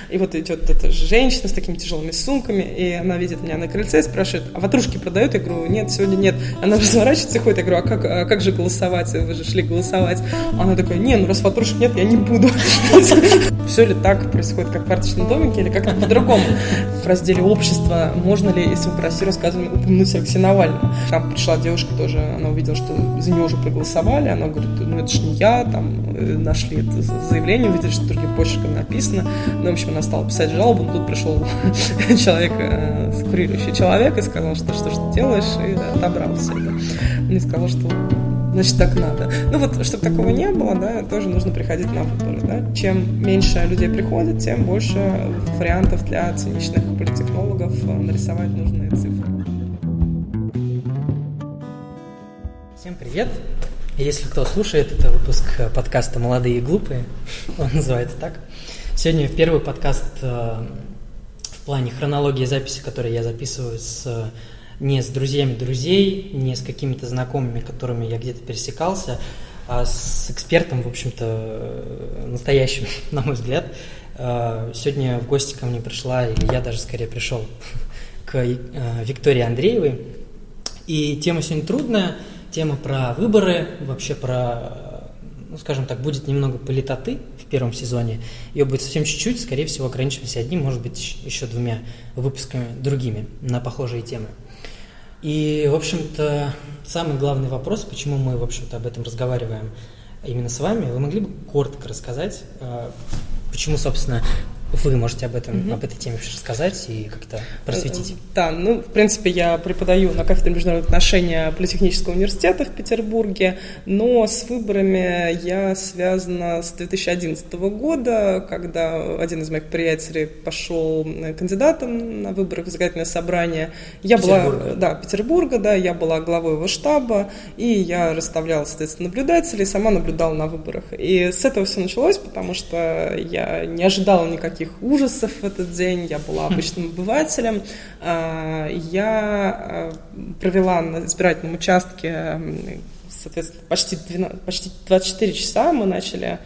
И вот идет эта женщина с такими тяжелыми сумками, и она видит меня на крыльце и спрашивает: а ватрушки продают? Я говорю: нет, сегодня нет. Она разворачивается и ходит, я говорю: а как же голосовать? Вы же шли голосовать. Она такая: не, ну раз ватрушек нет, я не буду. Все ли так происходит, как в карточном домике, или как-то по-другому? В разделе «Общество» можно ли, если мы про Россию рассказываем, упомянуть Алексея Навального? Там пришла девушка тоже, она увидела, что за нее уже проголосовали, она говорит: ну это ж не я, там нашли это заявление, увидели, что другим почерком написано. Ну, в общем, она стала писать жалобу, но тут пришел человек, курирующий человек, и сказал, что ты делаешь, и отобрал все это. И сказал, что значит, так надо. Ну вот, чтобы такого не было, да, тоже нужно приходить на выборы, да. Чем меньше людей приходит, тем больше вариантов для циничных политтехнологов нарисовать нужные цифры. Всем привет! Если кто слушает, это выпуск подкаста «Молодые и глупые», он называется так. Сегодня первый подкаст в плане хронологии записи, который я записываю не с друзьями друзей, не с какими-то знакомыми, которыми я где-то пересекался, а с экспертом, в общем-то, настоящим, на мой взгляд. Сегодня в гости ко мне пришла, или я даже скорее пришел, к Виктории Андреевой. И тема сегодня трудная, тема про выборы, вообще про, ну, скажем так, будет немного политоты в первом сезоне. Ее будет совсем чуть-чуть, скорее всего, ограничимся одним, может быть, еще 2 выпусками другими на похожие темы. И, в общем-то, самый главный вопрос, почему мы, в общем-то, об этом разговариваем именно с вами, вы могли бы коротко рассказать, почему, собственно, вы можете об этой теме рассказать и как-то просветить? Да, ну, в принципе, я преподаю на кафедре международных отношений Политехнического университета в Петербурге, но с выборами я связана с 2011 года, когда один из моих приятелей пошел кандидатом на выборах в законодательное собрание. Петербурга, да, я была главой его штаба, и я расставляла, соответственно, наблюдателей, сама наблюдала на выборах. И с этого все началось, потому что я не ожидала никаких ужасов в этот день, я была обычным обывателем. Я провела на избирательном участке, соответственно, почти 24 часа. Мы начали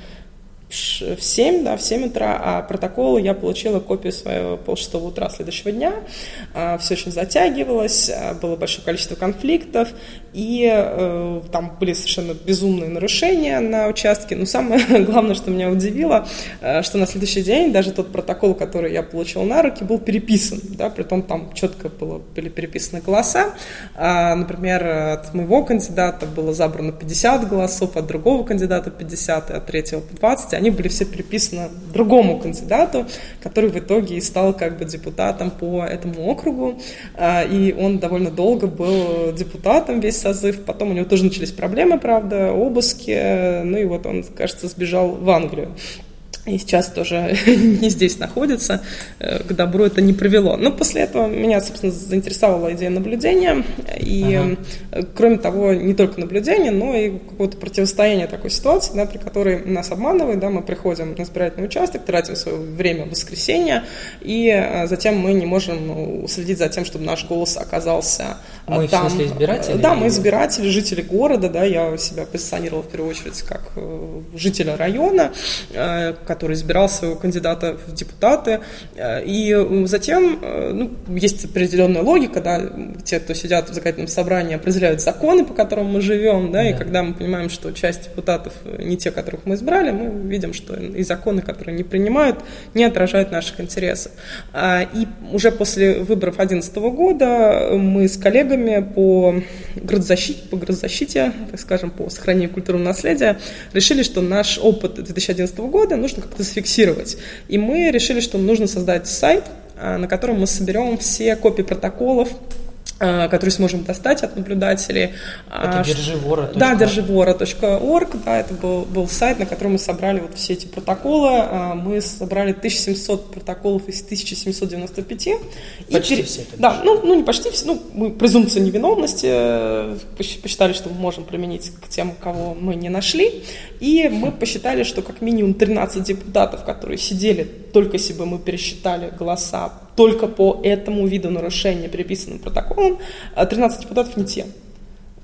в 7 утра, а протокол я получила копию своего 5:30 утра следующего дня. Все очень затягивалось, было большое количество конфликтов, и там были совершенно безумные нарушения на участке. Но самое главное, что меня удивило, что на следующий день даже тот протокол, который я получила на руки, был переписан, да, притом там четко были переписаны голоса. Например, от моего кандидата было забрано 50 голосов, от другого кандидата 50, и от третьего 20. Они были все переписаны другому кандидату, который в итоге и стал как бы депутатом по этому округу. И он довольно долго был депутатом весь созыв. Потом у него тоже начались проблемы, правда, обыски. Ну и вот он, кажется, сбежал в Англию. И сейчас тоже не здесь находится, к добру это не привело. Но после этого меня, собственно, заинтересовала идея наблюдения. И, кроме того, не только наблюдения, но и какое-то противостояние такой ситуации, да, при которой нас обманывают. Да, мы приходим на избирательный участок, тратим свое время в воскресенье, и затем мы не можем следить за тем, чтобы наш голос оказался мы, там. В смысле, избиратели? Да, мы избиратели, жители города. Да, я себя позиционировала в первую очередь как жителя района, который избирал своего кандидата в депутаты. И затем есть определенная логика, да, те, кто сидят в законодательном собрании, определяют законы, по которым мы живем, да, и когда мы понимаем, что часть депутатов не те, которых мы избрали, мы видим, что и законы, которые не принимают, не отражают наших интересов. И уже после выборов 2011 года мы с коллегами по градозащите, так скажем, по сохранению культурного наследия решили, что наш опыт 2011 года нужно как-то зафиксировать. И мы решили, что нужно создать сайт, на котором мы соберем все копии протоколов, которые сможем достать от наблюдателей. Это держивора.org. Да, держивора.org. Да, это был сайт, на котором мы собрали вот все эти протоколы. Мы собрали 1700 протоколов из 1795. Почти все. Да, ну не почти все. Мы презумпцию невиновности посчитали, что мы можем применить к тем, кого мы не нашли. И мы посчитали, что как минимум 13 депутатов, которые сидели, только если бы мы пересчитали голоса только по этому виду нарушения, приписанным протоколом, 13 депутатов не те.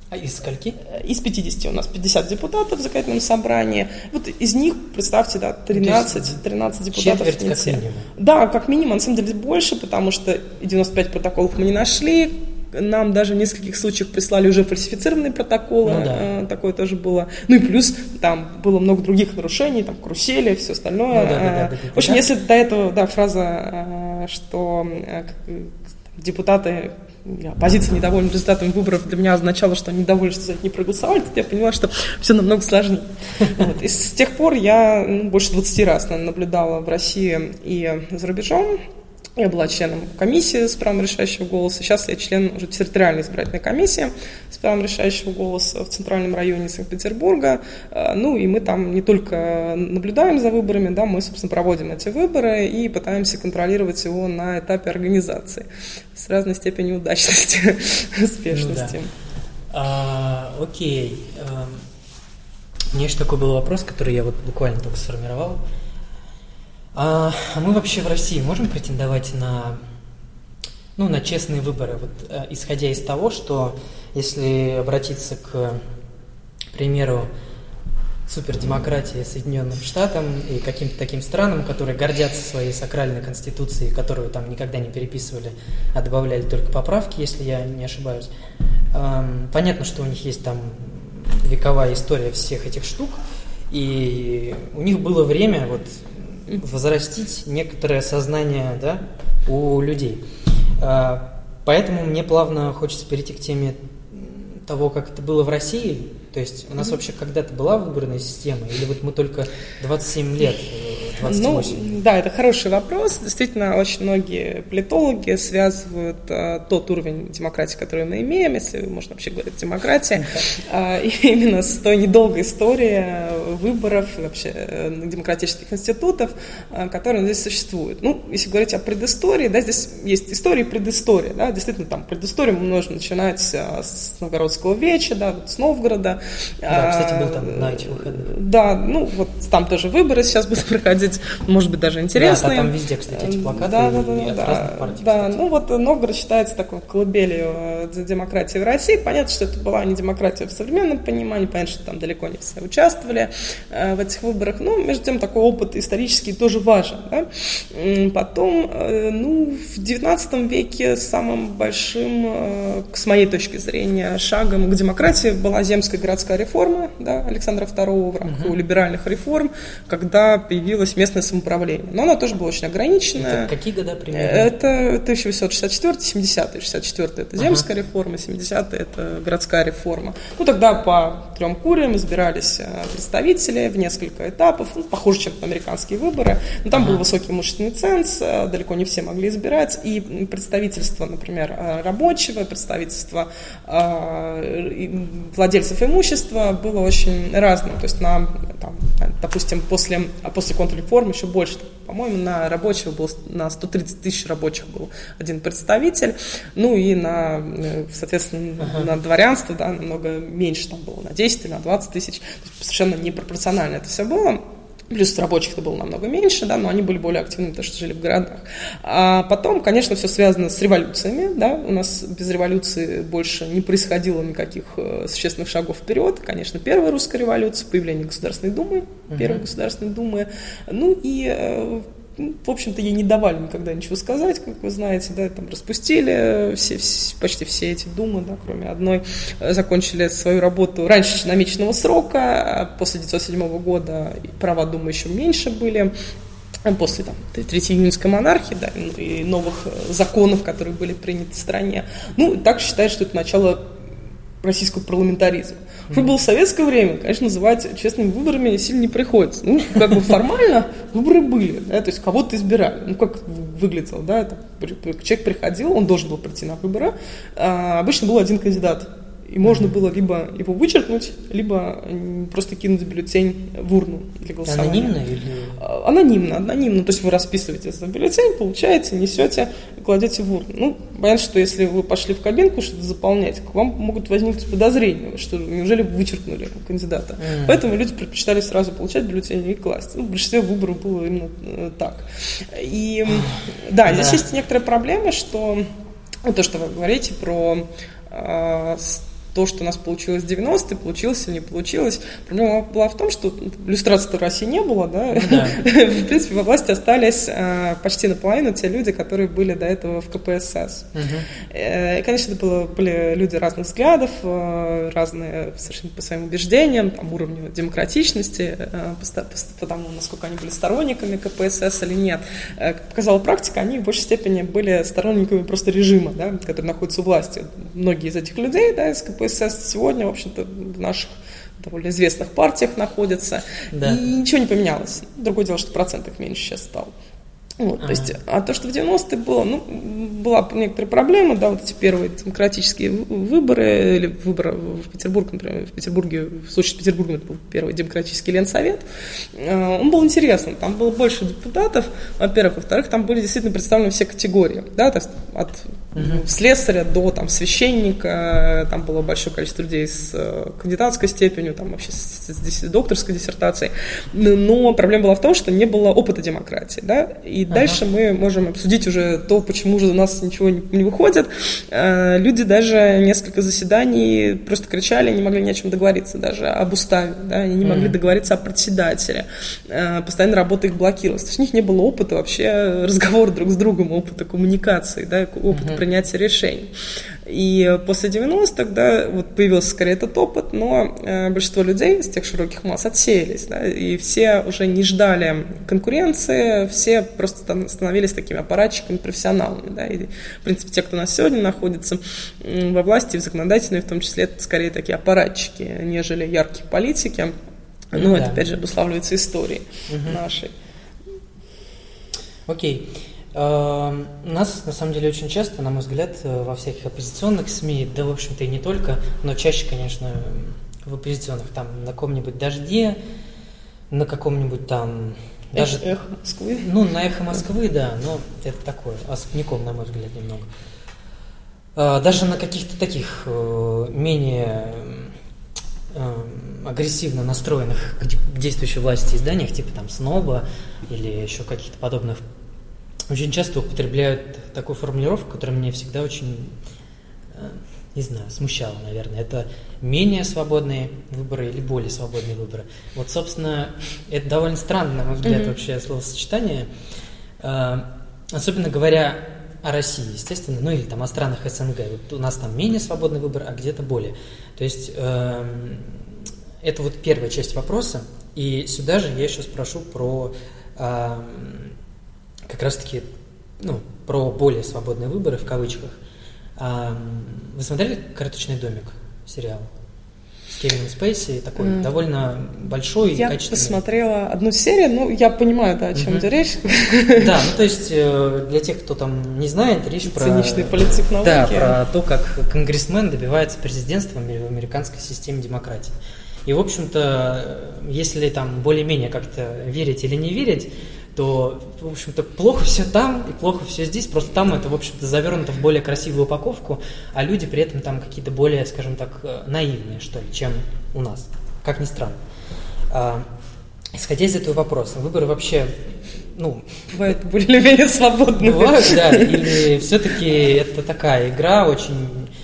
А из скольки? Из 50. У нас 50 депутатов в законодательном собрании. Вот из них, представьте, да, 13 депутатов. Четверть как минимум. Да, как минимум, на самом деле больше, потому что 95 протоколов мы не нашли. Нам даже в нескольких случаях прислали уже фальсифицированные протоколы, такое тоже было. Ну и плюс там было много других нарушений, там карусели, все остальное. В общем, если до этого, фраза, что депутаты, оппозиция недовольна результатами выборов, для меня означало, что они недовольны, что за это не проголосовали, то я поняла, что все намного сложнее. И с тех пор я больше 20 раз, наверное, наблюдала в России и за рубежом. Я была членом комиссии с правом решающего голоса. Сейчас я член уже территориальной избирательной комиссии с правом решающего голоса в Центральном районе Санкт-Петербурга. Ну и мы там не только наблюдаем за выборами, да, мы, собственно, проводим эти выборы и пытаемся контролировать его на этапе организации с разной степенью удачности, успешности. Окей. У меня еще такой был вопрос, который я вот буквально только сформировал. А мы вообще в России можем претендовать на честные выборы, вот, исходя из того, что если обратиться к примеру супердемократии Соединенным Штатам и каким-то таким странам, которые гордятся своей сакральной конституцией, которую там никогда не переписывали, а добавляли только поправки, если я не ошибаюсь. Понятно, что у них есть там вековая история всех этих штук, и у них было время вот возрастить некоторое сознание, да, у людей. Поэтому мне плавно хочется перейти к теме того, как это было в России. То есть у нас вообще когда-то была выборная система, или вот мы только 27 лет, 28? Да, это хороший вопрос. Действительно, очень многие политологи связывают тот уровень демократии, который мы имеем, если можно вообще говорить о демократии, именно с той недолгой историей выборов, вообще демократических институтов, которые здесь существуют. Ну, если говорить о предыстории, да, здесь есть история и предыстория. Да, действительно, там предысторию мы можем начинать с Новгородского веча, да, с Новгорода. Да, кстати, был там на этих выходных. Да, ну вот там тоже выборы сейчас будут проходить, может быть, даже интересные. Да, там везде, кстати, эти плакаты от разных партий. Да, ну вот Новгород считается такой колыбелью демократии в России. Понятно, что это была не демократия в современном понимании, понятно, что там далеко не все участвовали в этих выборах, но между тем такой опыт исторический тоже важен. Да? Потом, в XIX веке самым большим, с моей точки зрения, шагом к демократии была земская городская реформа, да, Александра II в рамках либеральных реформ, когда появилось местное самоуправление. Но она тоже была очень ограниченная. Это какие года примерно? Это 1864, 70-е, 64-е это земская реформа, 70-е это городская реформа. Ну, тогда по 3 куриям избирались представители в несколько этапов, похоже, чем на американские выборы. Но там был высокий имущественный ценз, далеко не все могли избирать, и представительство, например, рабочего, представительство владельцев имущества было очень разным. То есть, допустим, после контрреформы еще больше, по-моему, на рабочего было, на 130 тысяч рабочих был один представитель, ну и соответственно, на дворянство, да, намного меньше там было, на 10 или на 20 тысяч. Совершенно непропорционально это все было. Плюс рабочих-то было намного меньше, да, но они были более активными, потому что жили в городах. А потом, конечно, все связано с революциями. Да, у нас без революции больше не происходило никаких существенных шагов вперед. Конечно, первая русская революция, появление Государственной Думы, первой Государственной Думы. Ну и, в общем-то, ей не давали никогда ничего сказать, как вы знаете, да, там распустили почти все эти думы, да, кроме одной, закончили свою работу раньше намеченного срока, а после 1907 года права думы еще меньше были. После Третьей июньской монархии, да, и новых законов, которые были приняты в стране. Ну, так считают, что это начало российского парламентаризма. Что было в советское время, конечно, называть честными выборами сильно не приходится. Ну, как бы формально выборы были, да, то есть кого-то избирали. Ну, как выглядело, да, человек приходил, он должен был прийти на выборы. Обычно был один кандидат. И можно было либо его вычеркнуть, либо просто кинуть бюллетень в урну для голосования. Анонимно или? Анонимно. То есть вы расписываете за бюллетень, получаете, несете, кладете в урну. Ну, понятно, что если вы пошли в кабинку что-то заполнять, к вам могут возникнуть подозрения, что неужели вы вычеркнули кандидата. Поэтому люди предпочитали сразу получать бюллетень и класть. Ну, в большинстве выборов было именно так. И да, здесь есть некоторые проблемы, что то, что вы говорите про то, что у нас получилось в 90-е, получилось или не получилось. Проблема была в том, что люстрации в России не было, да? В принципе, во власти остались почти наполовину те люди, которые были до этого в КПСС. И, конечно, это были люди разных взглядов, разные совершенно по своим убеждениям, там, уровню демократичности, по тому, насколько они были сторонниками КПСС или нет. Как показала практика, они в большей степени были сторонниками просто режима, да, который находится у власти. Многие из этих людей, да, из КПСС сегодня, в общем-то, в наших довольно известных партиях находятся, да. И ничего не поменялось. Другое дело, что процент их меньше сейчас стал. Вот, то есть, а то, что в 90-е было, была некоторая проблема, да, вот эти первые демократические выборы, или выборы в Петербурге, например, в случае с Петербургом это был первый демократический Ленсовет, он был интересным, там было больше депутатов, во-первых, во-вторых, там были действительно представлены все категории, да, то есть от слесаря до там, священника, там было большое количество людей с кандидатской степенью, там вообще с докторской диссертацией, но проблема была в том, что не было опыта демократии, да, и дальше мы можем обсудить уже то, почему же у нас ничего не выходит. Люди даже несколько заседаний просто кричали, не могли ни о чем договориться, даже об уставе, да, они не могли договориться о председателе, постоянно работа их блокировалась, то есть у них не было опыта вообще разговора друг с другом, опыта коммуникации, да, опыта принятия решений. И после 90-х, да, вот появился скорее этот опыт, но большинство людей из тех широких масс отсеялись, да, и все уже не ждали конкуренции, все просто становились такими аппаратчиками, профессионалами, да, и, в принципе, те, кто у нас сегодня находится во власти, в законодательной, в том числе, это скорее такие аппаратчики, нежели яркие политики, но это, опять же, обуславливается историей нашей. Окей. Нас, на самом деле, очень часто, на мой взгляд, во всяких оппозиционных СМИ, да, в общем-то, и не только, но чаще, конечно, в оппозиционных, там, на каком-нибудь «Дожде», на каком-нибудь там... Даже, «Эхо Москвы». Ну, на «Эхо Москвы», да, но это такое, особняком, на мой взгляд, немного. Даже на каких-то таких менее агрессивно настроенных к действующей власти изданиях, типа там «Сноба» или еще каких-то подобных, очень часто употребляют такую формулировку, которая меня всегда очень, не знаю, смущала, наверное. Это менее свободные выборы или более свободные выборы. Вот, собственно, это довольно странно, на мой взгляд, вообще словосочетание. Особенно говоря о России, естественно, ну или там о странах СНГ. Вот у нас там менее свободный выбор, а где-то более. То есть это вот первая часть вопроса. И сюда же я еще спрошу про... как раз-таки, ну, про более свободные выборы, в кавычках. Вы смотрели «Карточный домик» сериал? С Кевином Спейси, такой довольно большой и качественный. Я посмотрела одну серию, ну, я понимаю, да, о чем идет речь. Да, ну, то есть, для тех, кто там не знает, речь про... Циничные политтехнологии. Да, про то, как конгрессмен добивается президентства в американской системе демократии. И, в общем-то, если там более-менее как-то верить или не верить, то, в общем-то, плохо все там и плохо все здесь, просто там это, в общем-то, завернуто в более красивую упаковку, а люди при этом там какие-то более, скажем так, наивные, что ли, чем у нас, как ни странно. Исходя из этого вопроса, выборы вообще, ну... Бывают более-менее свободные. Бывают, да, или все-таки это такая игра очень...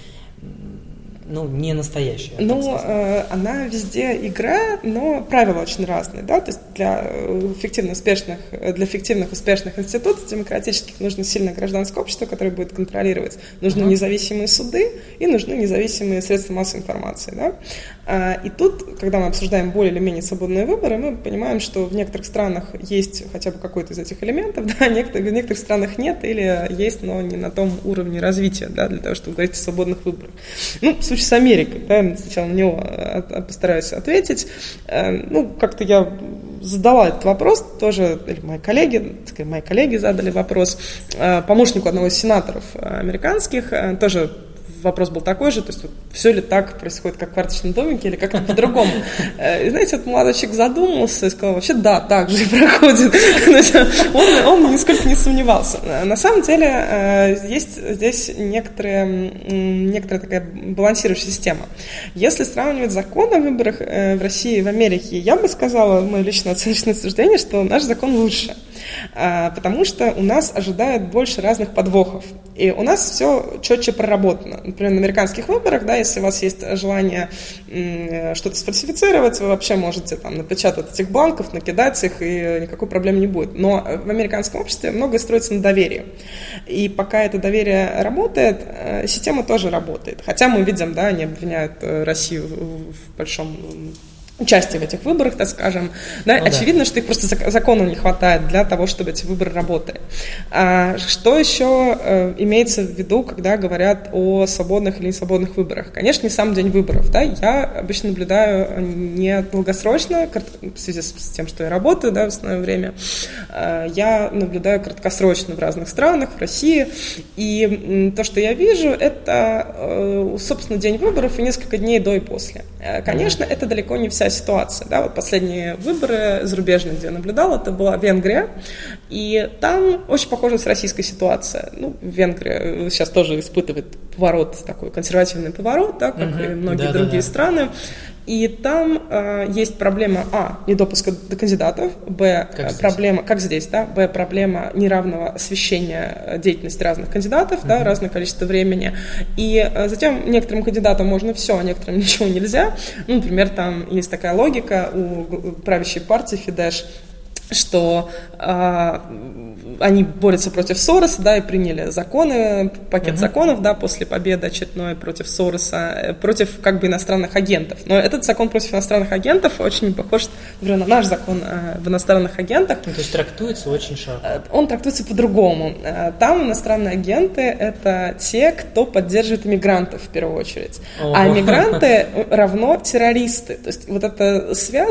Ну, не настоящая. Ну, она везде игра, но правила очень разные, да, то есть для эффективных, успешных институтов демократических нужно сильное гражданское общество, которое будет контролировать, нужны независимые суды и нужны независимые средства массовой информации, да. И тут, когда мы обсуждаем более или менее свободные выборы, мы понимаем, что в некоторых странах есть хотя бы какой-то из этих элементов, да, в некоторых странах нет или есть, но не на том уровне развития, да, для того, чтобы говорить о свободных выборах. Ну, в случае с Америкой, да, сначала на него постараюсь ответить. Ну, как-то я задала этот вопрос, тоже мои коллеги задали вопрос помощнику одного из сенаторов американских, тоже вопрос был такой же, то есть вот, все ли так происходит, как в «Карточном домике» или как-то по-другому. И знаете, вот молодой человек задумался и сказал, вообще да, так же и проходит. Он нисколько не сомневался. На самом деле есть здесь некоторая такая балансирующая система. Если сравнивать закон о выборах в России и в Америке, я бы сказала, мое личное оценочное суждение, что наш закон лучше. Потому что у нас ожидают больше разных подвохов. И у нас все четче проработано. Например, на американских выборах, да, если у вас есть желание что-то сфальсифицировать, вы вообще можете там напечатать этих бланков, накидать их, и никакой проблемы не будет. Но в американском обществе многое строится на доверии. И пока это доверие работает, система тоже работает. Хотя мы видим, да, они обвиняют Россию в большом участие в этих выборах, так скажем. Да, очевидно, что их просто закону не хватает для того, чтобы эти выборы работали. Что еще имеется в виду, когда говорят о свободных или несвободных выборах? Конечно, не сам день выборов. Да? Я обычно наблюдаю не долгосрочно, в связи с тем, что я работаю, да, в основное время. Я наблюдаю краткосрочно в разных странах, в России. И то, что я вижу, это, собственно, день выборов и несколько дней до и после. Конечно, это далеко не вся ситуация. Да? Вот последние выборы зарубежные, где я наблюдала, это была Венгрия, и там очень похожа с российской ситуацией. Ну, Венгрия сейчас тоже испытывает поворот, такой консервативный поворот, да, как и многие другие страны. И там есть проблема, недопуска до кандидатов, проблема, как здесь, да, проблема неравного освещения деятельности разных кандидатов, да, разное количество времени. И затем некоторым кандидатам можно все, а некоторым ничего нельзя. Ну, например, там есть такая логика у правящей партии Фидеш, что они борются против Сороса, да, и приняли законы, пакет законов, да, после победы очередной против Сороса, против как бы иностранных агентов. Но этот закон против иностранных агентов очень похож, например, на наш закон в иностранных агентах. То есть трактуется очень широко. Он трактуется по-другому. Там иностранные агенты — это те, кто поддерживает иммигрантов в первую очередь. А иммигранты равно террористы. То есть вот эта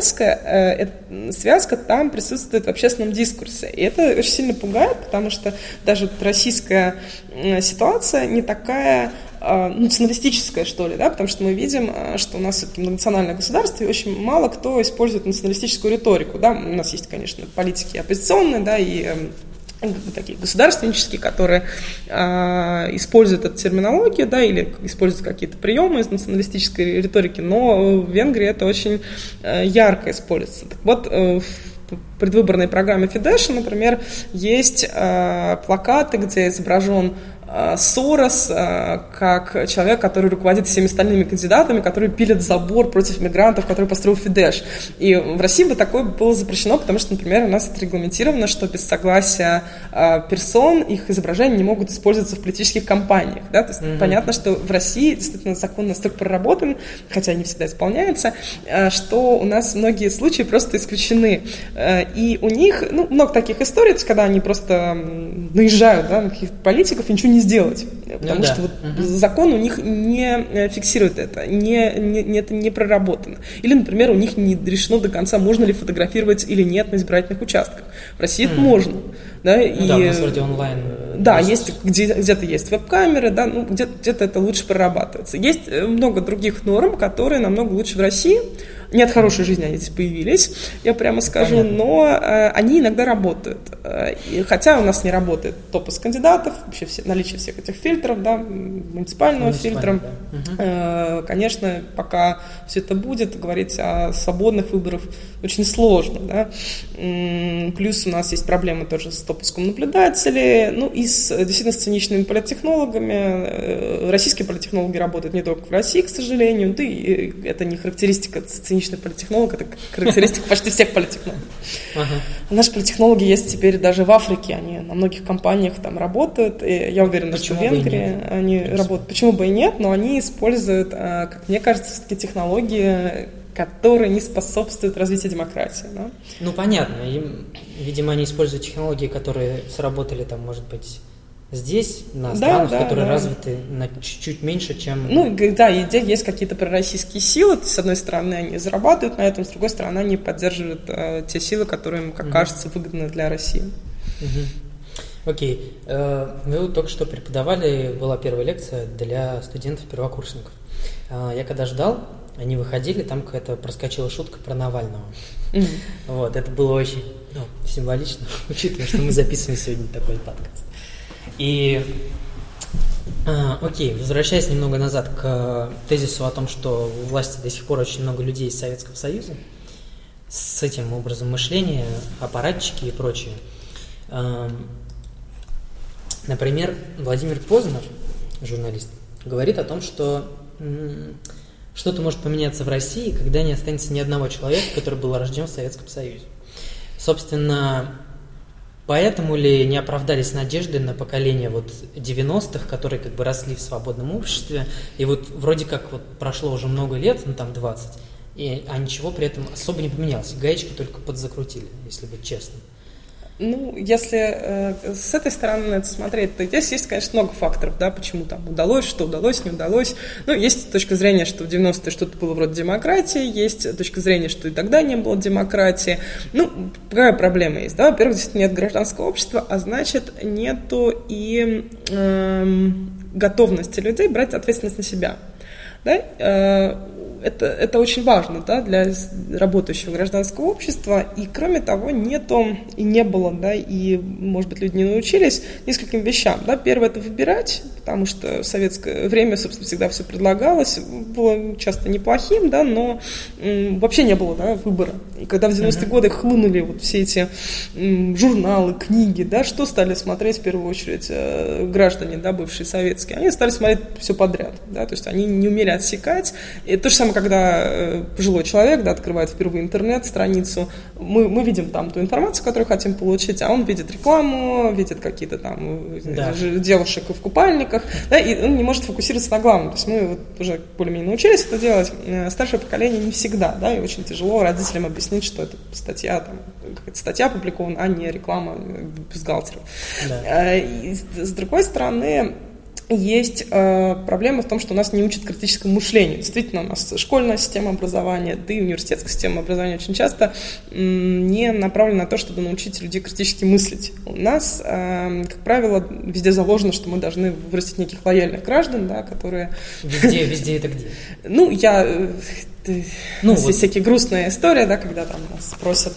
связка там присутствует в общественном дискурсе. И это очень сильно пугает, потому что даже российская ситуация не такая националистическая, что ли, да, потому что мы видим, что у нас все-таки многонациональное государство, и очень мало кто использует националистическую риторику. Да. У нас есть, конечно, политики оппозиционные, да, и такие государственнические, которые используют эту терминологию, да, или используют какие-то приемы из националистической риторики, но в Венгрии это очень ярко используется. Так вот, в предвыборной программе Фидеша, например, есть плакаты, где изображен Сорос как человек, который руководит всеми остальными кандидатами, которые пилят забор против мигрантов, который построил Фидеш. И в России бы такое было запрещено, потому что, например, у нас отрегламентировано, что без согласия персон их изображения не могут использоваться в политических кампаниях. Да? То есть понятно, что в России действительно закон настолько проработан, хотя не всегда исполняется, что у нас многие случаи просто исключены. И у них много таких историй, то есть, когда они просто наезжают, да, на каких-то политиков и ничего не сделать, потому что вот закон у них не фиксирует это, это не проработано. Или, например, у них не решено до конца, можно ли фотографировать или нет на избирательных участках. В России это можно. Да, у нас вроде онлайн. Да, есть, где-то есть веб-камеры, да, где-то это лучше прорабатывается. Есть много других норм, которые намного лучше в России. Не от хорошей жизни они здесь появились, я прямо скажу, но они иногда работают. Хотя у нас не работает допуск кандидатов, вообще наличие всех этих фильтров, да, муниципального фильтра. Да. Конечно, пока все это будет, говорить о свободных выборах очень сложно. Да. Плюс у нас есть проблемы тоже с допуском наблюдателей, и действительно с циничными политтехнологами. Российские политтехнологи работают не только в России, к сожалению, да, и это не характеристика циничных политтехнологов, это характеристика почти всех политтехнологов. Наши политтехнологи есть теперь даже в Африке, они на многих компаниях там работают, и я уверена, что в Венгрии они работают. Почему бы и нет, но они используют, как мне кажется, все-таки технологии, которые не способствуют развитию демократии. Да? Понятно. Видимо, они используют технологии, которые сработали там, может быть, здесь, на странах, которые развиты на чуть-чуть меньше, чем... и где есть какие-то пророссийские силы, с одной стороны, они зарабатывают на этом, с другой стороны, они поддерживают те силы, которые им, как кажется, выгодны для России. Окей. Вы только что преподавали, была первая лекция для студентов-первокурсников. Я когда ждал, они выходили, там какая-то проскочила шутка про Навального. Вот, это было очень символично, учитывая, что мы записываем сегодня такой подкаст. И, окей, возвращаясь немного назад к тезису о том, что у власти до сих пор очень много людей из Советского Союза с этим образом мышления, аппаратчики и прочее. Например, Владимир Познер, журналист, говорит о том, что что-то может поменяться в России, когда не останется ни одного человека, который был рожден в Советском Союзе. Собственно, поэтому ли не оправдались надежды на поколение 90-х, которые как бы росли в свободном обществе, и вроде как прошло уже много лет, 20, а ничего при этом особо не поменялось, гаечки только подзакрутили, если быть честным. Если с этой стороны на это смотреть, то здесь есть, конечно, много факторов, да, почему там удалось, что удалось, не удалось. Есть точка зрения, что в 90-е что-то было вроде демократии, есть точка зрения, что и тогда не было демократии. Какая проблема есть? Да? Во-первых, действительно нет гражданского общества, а значит, нету и готовности людей брать ответственность на себя. Да? Это очень важно, да, для работающего гражданского общества, и кроме того нету и не было, да, и, может быть, люди не научились нескольким вещам. Да. Первое – это выбирать, потому что в советское время, собственно, всегда все предлагалось, было часто неплохим, да, но вообще не было, да, выбора. И когда в 90-е годы хлынули все эти журналы, книги, да, что стали смотреть в первую очередь граждане, да, бывшие советские? Они стали смотреть все подряд, да, то есть они не умели отсекать. И то же самое, когда пожилой человек, да, открывает впервые интернет-страницу, мы видим там ту информацию, которую хотим получить, а он видит рекламу, видит какие-то там девушек в купальниках, да, и он не может фокусироваться на главном. То есть мы уже более-менее научились это делать, старшее поколение не всегда, да, и очень тяжело родителям объяснить, что это статья, там, какая-то статья опубликована, а не реклама бюстгальтеров. Да. И с другой стороны, есть проблема в том, что нас не учат критическому мышлению. Действительно, у нас школьная система образования, да и университетская система образования очень часто не направлена на то, чтобы научить людей критически мыслить. У нас, как правило, везде заложено, что мы должны вырастить неких лояльных граждан, да, которые... Везде это где? Есть всякие грустные истории, да, когда там нас просят...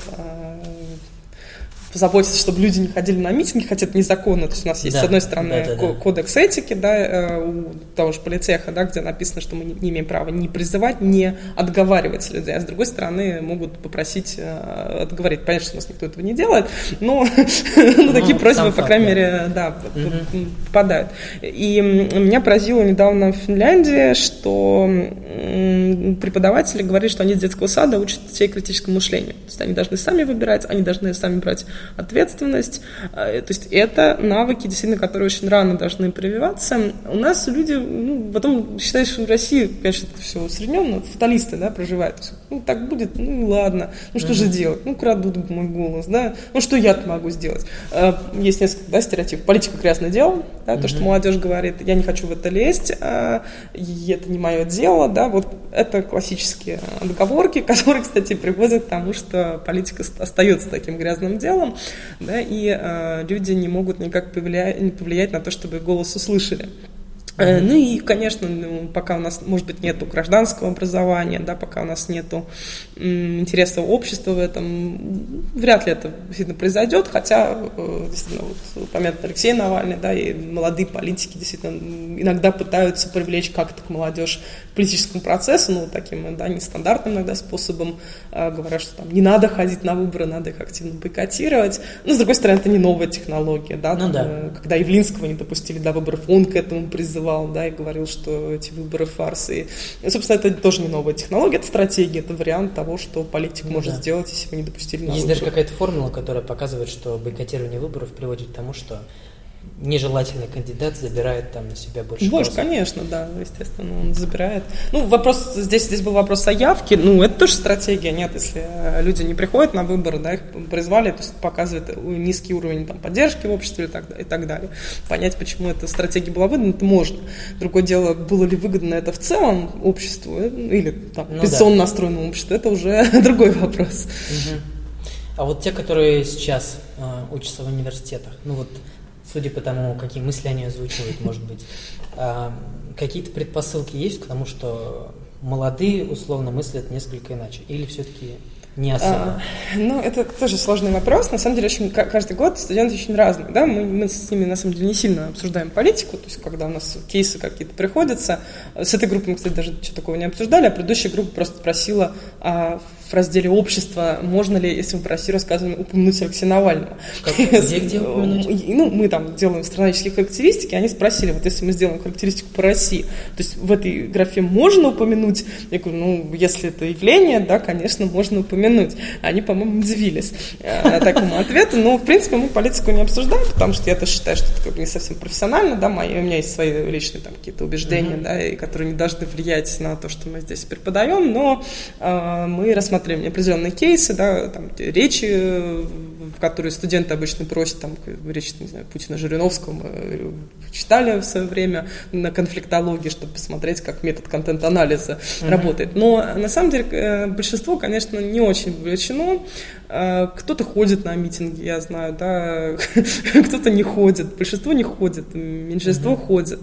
позаботиться, чтобы люди не ходили на митинги, хотя это незаконно. То есть у нас есть, с одной стороны, кодекс этики, да, у того же политеха, да, где написано, что мы не имеем права не призывать, не отговаривать людей, а с другой стороны могут попросить отговорить. Понятно, что у нас никто этого не делает, но такие просьбы, по крайней мере, попадают. И меня поразило недавно в Финляндии, что преподаватели говорили, что они с детского сада учат детей критическому мышлению. То есть они должны сами выбирать, они должны сами брать ответственность. То есть это навыки, действительно, которые очень рано должны прививаться. У нас люди, потом считают, что в России, конечно, это все усредненно, фаталисты, да, проживают. Так будет, ладно, что же делать? Крадут мой голос, да, что я-то могу сделать? Есть несколько, да, стереотипов. Политика грязное дело, да, то, что молодежь говорит, я не хочу в это лезть, это не мое дело, да, это классические отговорки, которые, кстати, приводят к тому, что политика остается таким грязным делом, да, и люди не могут никак повлиять на то, чтобы их голос услышали. И, конечно, пока у нас, может быть, нету гражданского образования, да, пока у нас нету интереса общества в этом, вряд ли это действительно произойдет, хотя, действительно, помянут Алексей Навальный, да, и молодые политики действительно иногда пытаются привлечь как-то к молодежь к политическому процессу, таким, да, нестандартным иногда способом, говорят, что там не надо ходить на выборы, надо их активно бойкотировать. Но, с другой стороны, это не новая технология, да, когда Явлинского не допустили до выборов, он к этому призывал, да, и говорил, что эти выборы фарс. И, собственно, это тоже не новая технология, это стратегия, это вариант того, что политик может сделать, если вы не допустили на выборы. Есть даже какая-то формула, которая показывает, что бойкотирование выборов приводит к тому, что нежелательный кандидат забирает там на себя больше голосов. Конечно, да, естественно, он забирает. Вопрос, здесь был вопрос о явке, это тоже стратегия, нет, если люди не приходят на выборы, да, их призвали, то есть показывает низкий уровень там поддержки в обществе и так далее. Понять, почему эта стратегия была выдана, это можно. Другое дело, было ли выгодно это в целом обществу, или оппозиционно настроенному обществу, это уже другой вопрос. А те, которые сейчас учатся в университетах, судя по тому, какие мысли они озвучивают, может быть, какие-то предпосылки есть к тому, что молодые условно мыслят несколько иначе? Или все-таки не особо? Это тоже сложный вопрос. На самом деле, каждый год студенты очень разные. Да? Мы с ними, на самом деле, не сильно обсуждаем политику. То есть, когда у нас кейсы какие-то приходятся. С этой группой мы, кстати, даже ничего такого не обсуждали, а предыдущая группа просто спросила, в разделе «Общество» можно ли, если мы про Россию рассказываем, упомянуть Алексея Навального. Где упомянуть? Ну, мы там делаем страноведческие характеристики, они спросили, вот если мы сделаем характеристику по России, то есть в этой графе можно упомянуть? Я говорю, ну, если это явление, да, конечно, можно упомянуть. Они, по-моему, удивились такому ответу, но, в принципе, мы политику не обсуждаем, потому что я-то считаю, что это как бы не совсем профессионально, да, у меня есть свои личные там какие-то убеждения, да, и которые не должны влиять на то, что мы здесь преподаем, но мы рассматриваем определенные кейсы, да, там, речи, в которые студенты обычно просят, там, речь, не знаю, Путина, Жириновского мы читали в свое время на конфликтологии, чтобы посмотреть, как метод контент-анализа работает. Но на самом деле большинство, конечно, не очень вовлечено. Кто-то ходит на митинги, я знаю, да, кто-то не ходит, большинство не ходит, меньшинство ходит.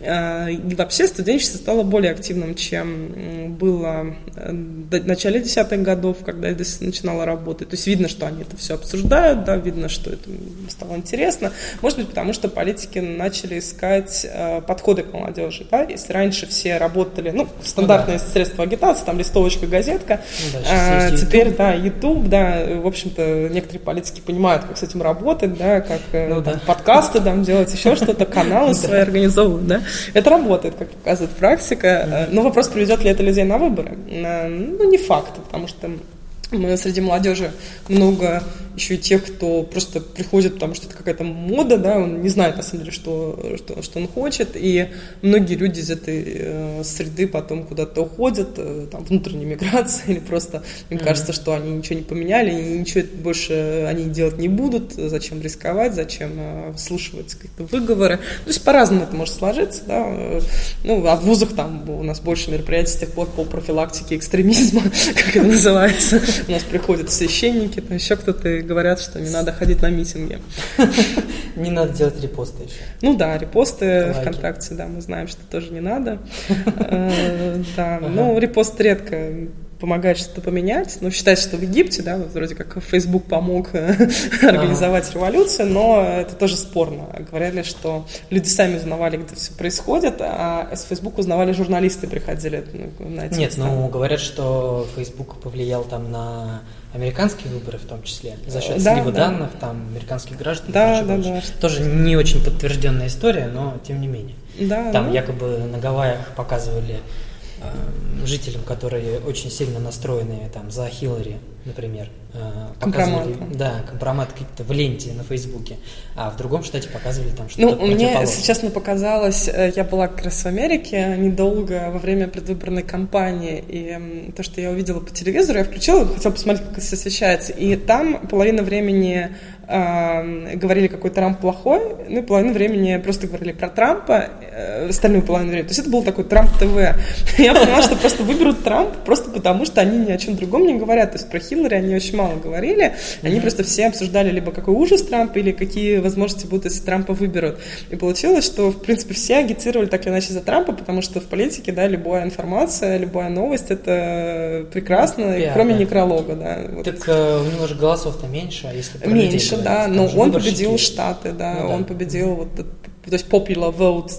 И вообще студенчество стало более активным, чем было в начале 10-х годов, когда я здесь начинала работать. То есть видно, что они это все обсуждают, да, видно, что это стало интересно. Может быть, потому что политики начали искать подходы к молодежи. Да? Если раньше все работали, ну, стандартные средства агитации, там листовочка, газетка, теперь, YouTube. Да, YouTube, да, в общем-то, некоторые политики понимают, как с этим работать, да, как подкасты там делать, еще что-то, каналы свои организовывать, да. Это работает, как показывает практика. Но вопрос, приведет ли это людей на выборы? Ну, не факт, потому что среди молодежи много еще и тех, кто просто приходит, потому что это какая-то мода, да, он не знает, на самом деле, что он хочет, и многие люди из этой среды потом куда-то уходят, там, внутренняя миграция, или просто им кажется, что они ничего не поменяли, и ничего больше они делать не будут, зачем рисковать, зачем вслушивать какие-то выговоры. То есть по-разному это может сложиться, да. Ну, а в вузах там у нас больше мероприятий с тех пор по профилактике экстремизма, как это называется. У нас приходят священники, там еще кто-то, и говорят, что не надо ходить на митинги. Не надо делать репосты еще. Ну да, репосты ВКонтакте, да, мы знаем, что тоже не надо. Да, ну репост редко помогает что-то поменять. Ну, считается, что в Египте, да, вроде как Facebook помог организовать революцию, но это тоже спорно. Говорили, что люди сами узнавали, где все происходит, а с Facebook узнавали журналисты, приходили на эти места. Нет, ну, говорят, что Facebook повлиял там на американские выборы в том числе, за счет слива данных, там, американских граждан. Да. Тоже не очень подтвержденная история, но тем не менее. Да, там якобы на Гавайях показывали жителям, которые очень сильно настроены там, за Хиллари, например, показывали компромат какие-то в ленте на Фейсбуке, а в другом штате показывали там что-то противоположное. Мне, если честно, показалось, я была как раз в Америке недолго во время предвыборной кампании, и то, что я увидела по телевизору, я включила, хотела посмотреть, как это освещается, и там половина времени говорили, какой Трамп плохой, ну и половину времени просто говорили про Трампа, остальную половину времени. То есть это был такой Трамп-ТВ. Я поняла, что просто выберут Трампа просто потому, что они ни о чем другом не говорят. То есть про Хиллари они очень мало говорили. Они просто все обсуждали либо какой ужас Трампа, или какие возможности будут, если Трампа выберут. И получилось, что, в принципе, все агитировали так или иначе за Трампа, потому что в политике, да, любая информация, любая новость — это прекрасно, кроме некролога, да. Вот. Так у него же голосов-то меньше, а если про меньше, да, но он победил Штаты, да, он победил вот, то есть popular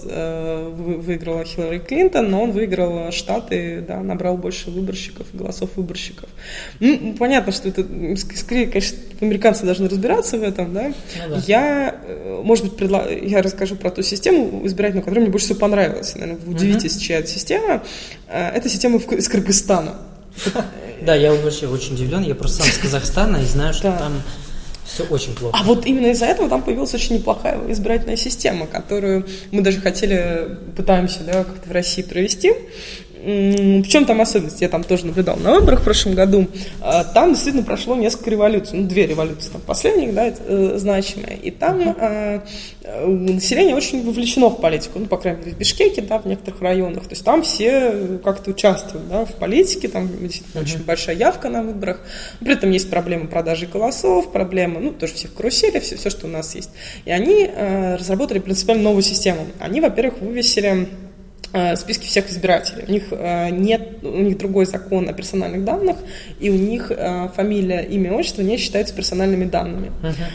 vote выиграла Хиллари Клинтон, но он выиграл Штаты, да, набрал больше выборщиков, голосов выборщиков. Ну, понятно, что это, скорее, конечно, американцы должны разбираться в этом, да. Я, может быть, я расскажу про ту систему избирательную, которая мне больше всего понравилась. Наверное, вы удивитесь, чья это система. Это система из Кыргызстана. Да, я вообще очень удивлен, я просто сам с Казахстана и знаю, что там все очень плохо. А вот именно из-за этого там появилась очень неплохая избирательная система, которую мы даже пытаемся, да, как-то в России провести. В чем там особенность? Я там тоже наблюдал на выборах в прошлом году. Там действительно прошло несколько революций. Ну, 2 революции там последних, да, значимые. И там население очень вовлечено в политику. Ну, по крайней мере, в Бишкеке, да, в некоторых районах. То есть там все как-то участвуют, да, в политике. Там действительно очень большая явка на выборах. При этом есть проблема продажи голосов, проблема, ну, тоже всех каруселей, все, что у нас есть. И они разработали принципиально новую систему. Они, во-первых, вывесили списки всех избирателей. У них другой закон о персональных данных, и у них фамилия, имя, отчество не считаются персональными данными.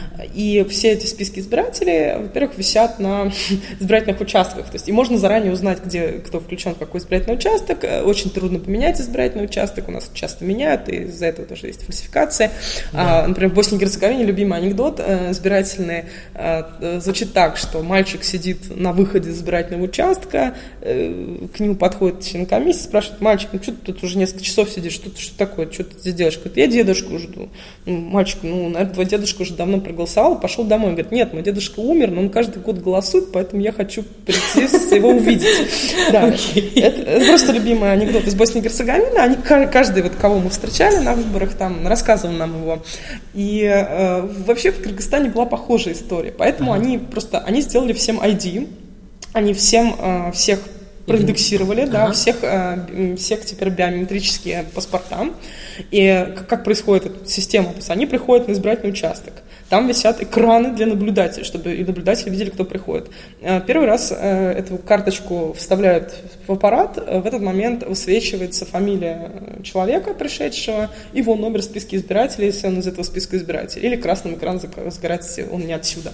И все эти списки избирателей, во-первых, висят на избирательных участках. То есть и можно заранее узнать, кто включен в какой избирательный участок. Очень трудно поменять избирательный участок, у нас часто меняют, и из-за этого тоже есть фальсификация. Например, в Боснии и Герцеговине любимый анекдот избирательный звучит так, что мальчик сидит на выходе из избирательного участка, к нему подходит член комиссии, спрашивает: мальчик, ну что ты тут уже несколько часов сидишь, что такое, что ты здесь делаешь? Говорит: я дедушку жду. Мальчик: наверное, твой дедушка уже давно проголосовал, пошел домой. Он говорит: нет, мой дедушка умер, но он каждый год голосует, поэтому я хочу прийти его увидеть. Да. Это просто любимый анекдот из Боснии и Герцеговины. Они, каждый, кого мы встречали на выборах, там рассказывал нам его. И вообще в Кыргызстане была похожая история. Поэтому они сделали всем ID, они всех проиндексировали, всех теперь биометрические паспорта. И как происходит эта система? То есть они приходят на избирательный участок, там висят экраны для наблюдателей, чтобы и наблюдатели видели, кто приходит. Первый раз эту карточку вставляют в аппарат, в этот момент высвечивается фамилия человека, пришедшего, его номер в списке избирателей, если он из этого списка избирателей, или красным экран загорается, если он не отсюда,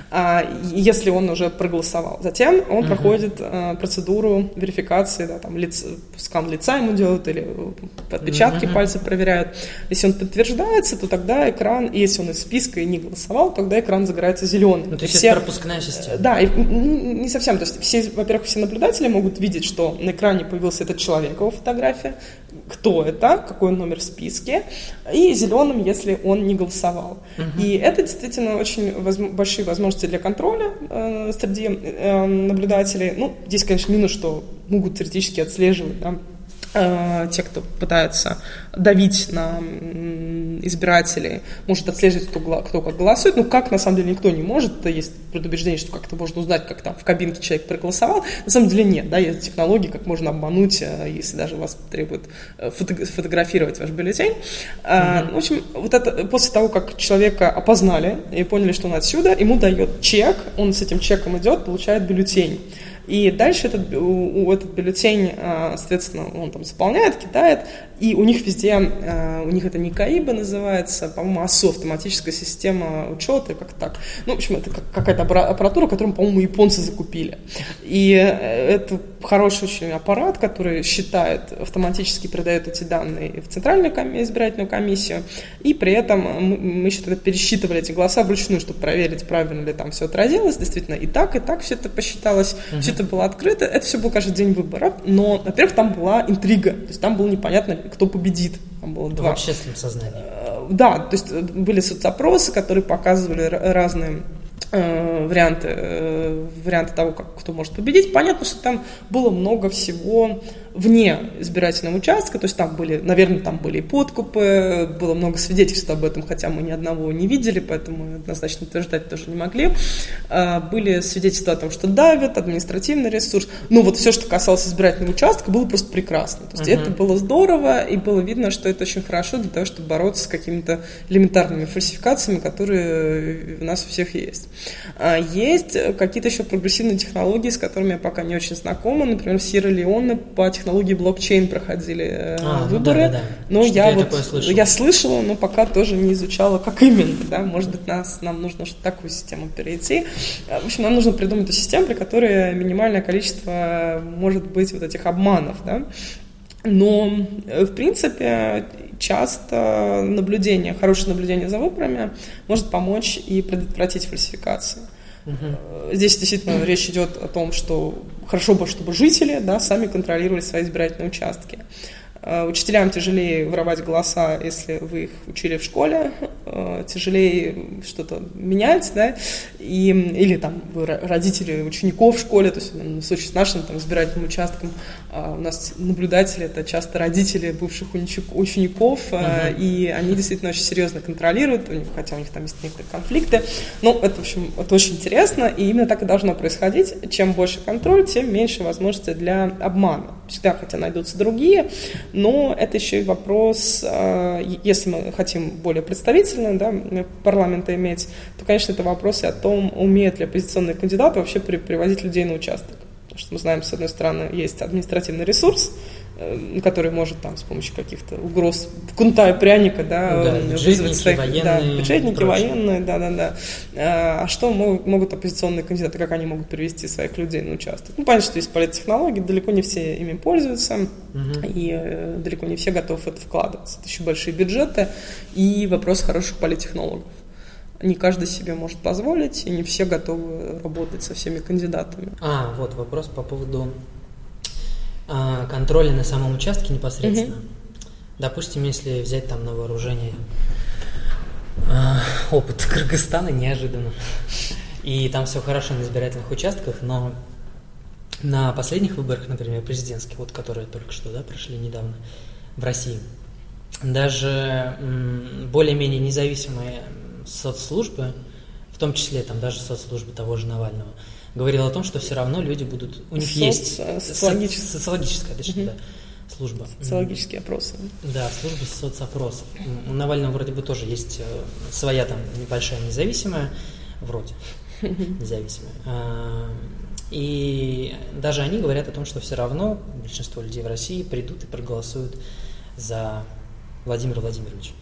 если он уже проголосовал. Затем он проходит процедуру верификации, скан лица ему делают, или отпечатки пальцев проверяют. Если он подтверждается, то тогда экран, и если он из списка и не голосовал, тогда экран загорается зеленым. Ну, то есть это пропускная система. Да, не совсем. То есть во-первых, все наблюдатели могут видеть, что на экране появился этот человек, его фотография, кто это, какой он номер в списке, и зеленым, если он не голосовал. И это действительно очень большие возможности для контроля среди наблюдателей. Ну, здесь, конечно, минус, что могут теоретически отслеживать, те, кто пытается давить на избирателей, может отслеживать, кто как голосует. Ну, как, на самом деле, никто не может. Есть предубеждение, что как-то можно узнать, как там в кабинке человек проголосовал. На самом деле нет, есть технологии, как можно обмануть, если даже вас требуют фотографировать ваш бюллетень. В общем, после того, как человека опознали и поняли, что он отсюда, ему дает чек, он с этим чеком идет, получает бюллетень. И дальше этот бюллетень, соответственно, он там заполняет, кидает, и у них везде, у них это не КАИБа называется, по-моему, АСО, автоматическая система учета, как так. Ну, в общем, это какая-то аппаратура, которую, по-моему, японцы закупили. И это хороший очень аппарат, который считает, автоматически передает эти данные в Центральную избирательную комиссию, и при этом мы еще тогда пересчитывали эти голоса вручную, чтобы проверить, правильно ли там все отразилось, действительно, и так все это посчиталось, все это было открыто, это все был каждый день выборов, но, во-первых, там была интрига, то есть там было непонятно, кто победит. Там было в общественном сознании. Да, то есть были соцопросы, которые показывали разные варианты того, кто может победить. Понятно, что там было много всего вне избирательного участка, то есть там были, наверное, и подкупы, было много свидетельств об этом, хотя мы ни одного не видели, поэтому однозначно утверждать тоже не могли. Были свидетельства о том, что давят, административный ресурс. Ну, вот все, что касалось избирательного участка, было просто прекрасно. То есть это было здорово, и было видно, что это очень хорошо для того, чтобы бороться с какими-то элементарными фальсификациями, которые у нас у всех есть. Есть какие-то еще прогрессивные технологии, с которыми я пока не очень знакома. Например, в Сьерра-Леоне по технологии блокчейн проходили выборы. Да. Но я слышала, но пока тоже не изучала, как именно. Да? Может быть, нам нужно в такую систему перейти. В общем, нам нужно придумать эту систему, при которой минимальное количество может быть вот этих обманов. Да? Но, в принципе, часто хорошее наблюдение за выборами может помочь и предотвратить фальсификации. Здесь действительно речь идет о том, что хорошо бы, чтобы жители сами контролировали свои избирательные участки. Учителям тяжелее воровать голоса, если вы их учили в школе, тяжелее что-то менять, или там родители учеников в школе, то есть в случае с нашим избирательным участком у нас наблюдатели — это часто родители бывших учеников, и они действительно очень серьезно контролируют, хотя у них там есть некоторые конфликты. Но это, в общем, это очень интересно, и именно так и должно происходить. Чем больше контроль, тем меньше возможностей для обмана. Всегда, хотя найдутся другие, но это еще и вопрос, если мы хотим более представительно парламента иметь, то, конечно, это вопрос и о том, умеют ли оппозиционные кандидаты вообще приводить людей на участок. Потому что мы знаем, с одной стороны, есть административный ресурс, который может там с помощью каких-то угроз кнута и пряника, вызвать своих... Военные, бюджетники, военные, А что могут оппозиционные кандидаты, как они могут привести своих людей на участок? Понятно, что есть политтехнологии, далеко не все ими пользуются, и далеко не все готовы в это вкладываться. Это еще большие бюджеты и вопрос хороших политтехнологов. Не каждый себе может позволить, и не все готовы работать со всеми кандидатами. Вот вопрос по поводу контроля на самом участке непосредственно. Допустим, если взять там на вооружение опыт Кыргызстана неожиданно, и там все хорошо на избирательных участках, но на последних выборах, например, президентских, которые только что прошли недавно в России, даже более-менее независимые соцслужбы, в том числе там даже соцслужбы того же Навального, говорил о том, что все равно люди будут... У них есть социологическая, точнее, служба. Социологические опросы. Да, служба соцопросов. У Навального вроде бы тоже есть своя там небольшая независимая, вроде независимая. И даже они говорят о том, что все равно большинство людей в России придут и проголосуют за Владимира Владимировича.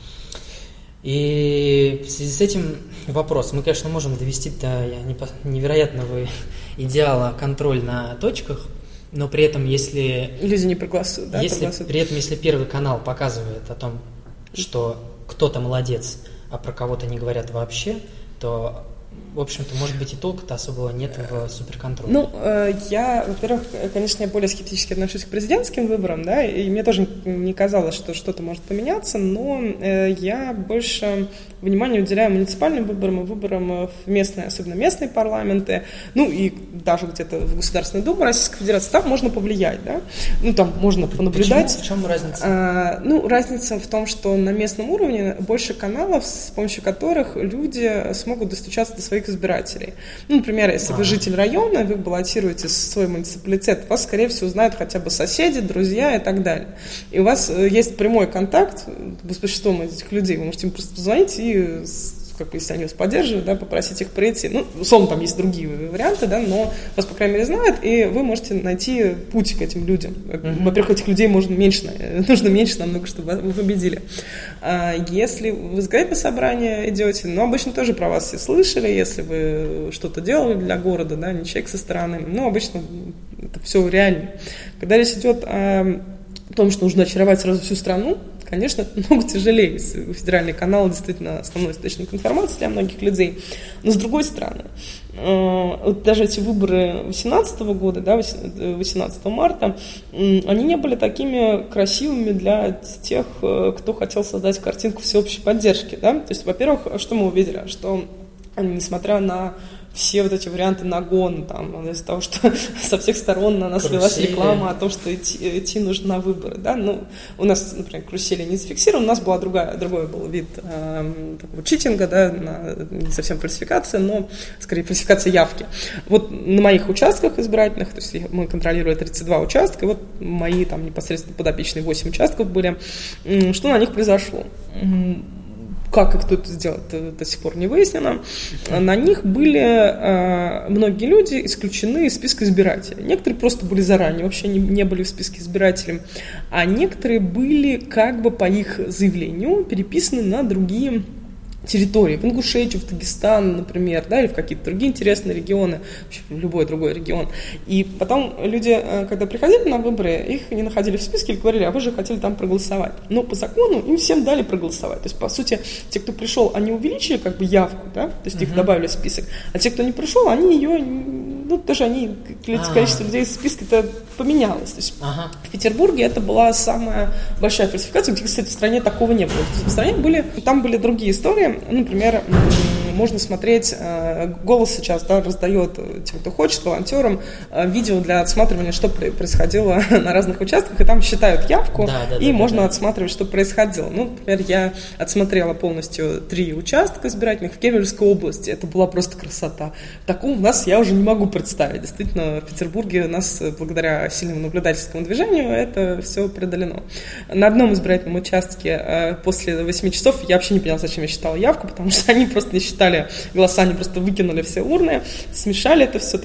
И в связи с этим вопрос. Мы, конечно, можем довести до невероятного идеала контроль на точках, но при этом, если... Люди не проголосуют, При этом, если Первый канал показывает о том, что кто-то молодец, а про кого-то не говорят вообще, то, в общем-то, может быть, и толка-то особого нет в суперконтроле. Я, во-первых, конечно, я более скептически отношусь к президентским выборам, и мне тоже не казалось, что что-то может поменяться, но я больше внимания уделяю муниципальным выборам и выборам в местные, особенно местные парламенты, и даже где-то в Государственную Думу Российской Федерации, там можно повлиять, там можно понаблюдать. Почему? В чем разница? Разница в том, что на местном уровне больше каналов, с помощью которых люди смогут достучаться до своих избирателей. Например, если вы житель района, вы баллотируете свой муниципалитет, вас, скорее всего, знают хотя бы соседи, друзья и так далее. И у вас есть прямой контакт с большинством этих людей. Вы можете им просто позвонить и, если они вас поддерживают, попросить их прийти. Условно, там есть другие варианты, но вас, по крайней мере, знают, и вы можете найти путь к этим людям. Во-первых, этих людей нужно меньше намного, чтобы вы победили. Если вы законодательное собрание идете, обычно тоже про вас все слышали, если вы что-то делали для города, не человек со стороны, обычно это все реально. Когда речь идет о том, что нужно очаровать сразу всю страну, конечно, это много тяжелее, если федеральный канал действительно основной источник информации для многих людей. Но с другой стороны, даже эти выборы 2018 года, 18 марта, они не были такими красивыми для тех, кто хотел создать картинку всеобщей поддержки. То есть, во-первых, что мы увидели? Что, несмотря на все эти варианты нагона, из-за того, что со всех сторон на нас велась реклама о том, что идти нужно на выборы. У нас, например, карусели не зафиксированы, у нас другой был вид такого читинга, не совсем фальсификация, но скорее фальсификация явки. На моих участках избирательных, то есть мы контролируем 32 участка, и мои непосредственно подопечные 8 участков были, что на них произошло? Как и кто это сделал, это до сих пор не выяснено. На них были многие люди исключены из списка избирателей. Некоторые просто были заранее, вообще не были в списке избирателей. А некоторые были по их заявлению переписаны на другие территории, в Ингушетию, в Дагестан, например, или в какие-то другие интересные регионы, вообще в любой другой регион. И потом люди, когда приходили на выборы, их не находили в списке или говорили, а вы же хотели там проголосовать. Но по закону им всем дали проголосовать. То есть, по сути, те, кто пришел, они увеличили явку, то есть их добавили в список, а те, кто не пришел, они ее, количество людей в списке-то поменялось. То есть в Петербурге это была самая большая фальсификация, где, кстати, в стране такого не было. В стране там были другие истории. Например, можно смотреть, «Голос» сейчас раздает тем, кто хочет, волонтерам, видео для отсматривания, что происходило на разных участках, и там считают явку, можно отсматривать, что происходило. Например, я отсмотрела полностью 3 участка избирательных в Кемеровской области. Это была просто красота. Такого у нас я уже не могу представить. Действительно, в Петербурге у нас, благодаря сильному наблюдательскому движению, это все преодолено. На одном избирательном участке после 8 часов я вообще не поняла, зачем я считала явку, потому что они просто не считали голоса, они просто выкинули все урны, смешали это все так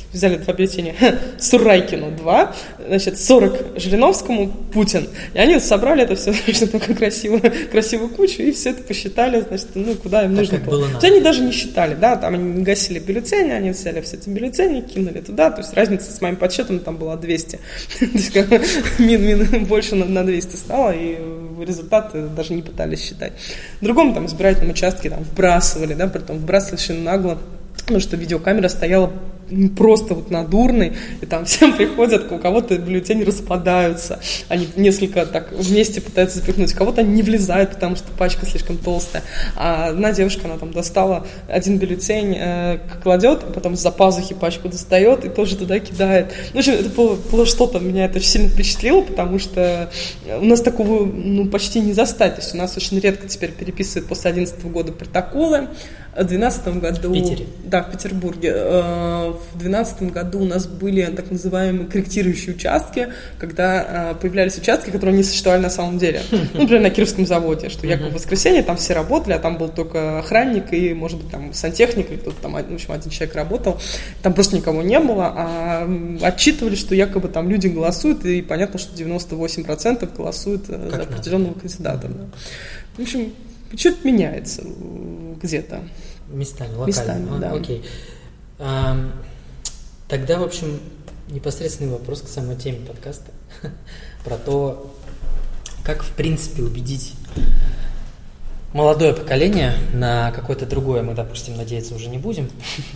взяли 2 бюллетеня Сурайкину 2, значит, 40 Жириновскому Путин. И они собрали это все в такую красивую кучу, и все это посчитали, значит, куда им нужно было. Они даже не считали, да, там они не гасили бюллетени, они взяли все эти бюллетени, кинули туда, то есть разница с моим подсчетом там была 200. То есть больше на 200 стало, и результаты даже не пытались считать. В другом там избирательном участке там вбрасывали, да, притом вбрасывали очень нагло, потому что видеокамера стояла просто вот над урной, и там всем приходят, у кого-то бюллетени распадаются, они несколько так вместе пытаются запихнуть, у кого-то они не влезают, потому что пачка слишком толстая. А одна девушка, она там достала один бюллетень, кладет, а потом из-за пазухи пачку достает и тоже туда кидает. В общем, это было что-то, меня это очень сильно впечатлило, потому что у нас такого почти не застать. То есть у нас очень редко теперь переписывают после 2011 года протоколы. В 2012 году... В Питере? Да, в Петербурге. В 2012 году у нас были так называемые корректирующие участки, когда появлялись участки, которые не существовали на самом деле. Например, на Кировском заводе, что якобы в воскресенье там все работали, а там был только охранник и, может быть, там сантехник, или кто-то там, в общем, один человек работал. Там просто никого не было, а отчитывали, что якобы там люди голосуют, и понятно, что 98% голосуют за определенного кандидата. Да. В общем, что-то меняется где-то. Местами, локально. Да. Окей. Тогда, в общем, непосредственный вопрос к самой теме подкаста. Про то, как, в принципе, убедить молодое поколение на какое-то другое. Мы, допустим, надеяться уже не будем.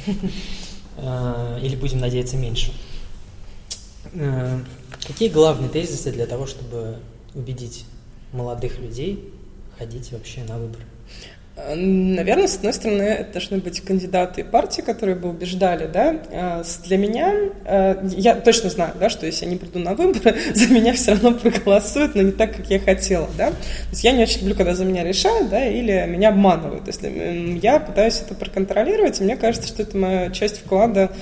Или будем надеяться меньше. Какие главные тезисы для того, чтобы убедить молодых людей ходить вообще на выборы? Наверное, с одной стороны, это должны быть кандидаты и партии, которые бы убеждали, да. Для меня, я точно знаю, да, что если я не приду на выборы, за меня все равно проголосуют, но не так, как я хотела, да. То есть я не очень люблю, когда за меня решают, да, или меня обманывают. То есть я пытаюсь это проконтролировать, и мне кажется, что это моя часть вклада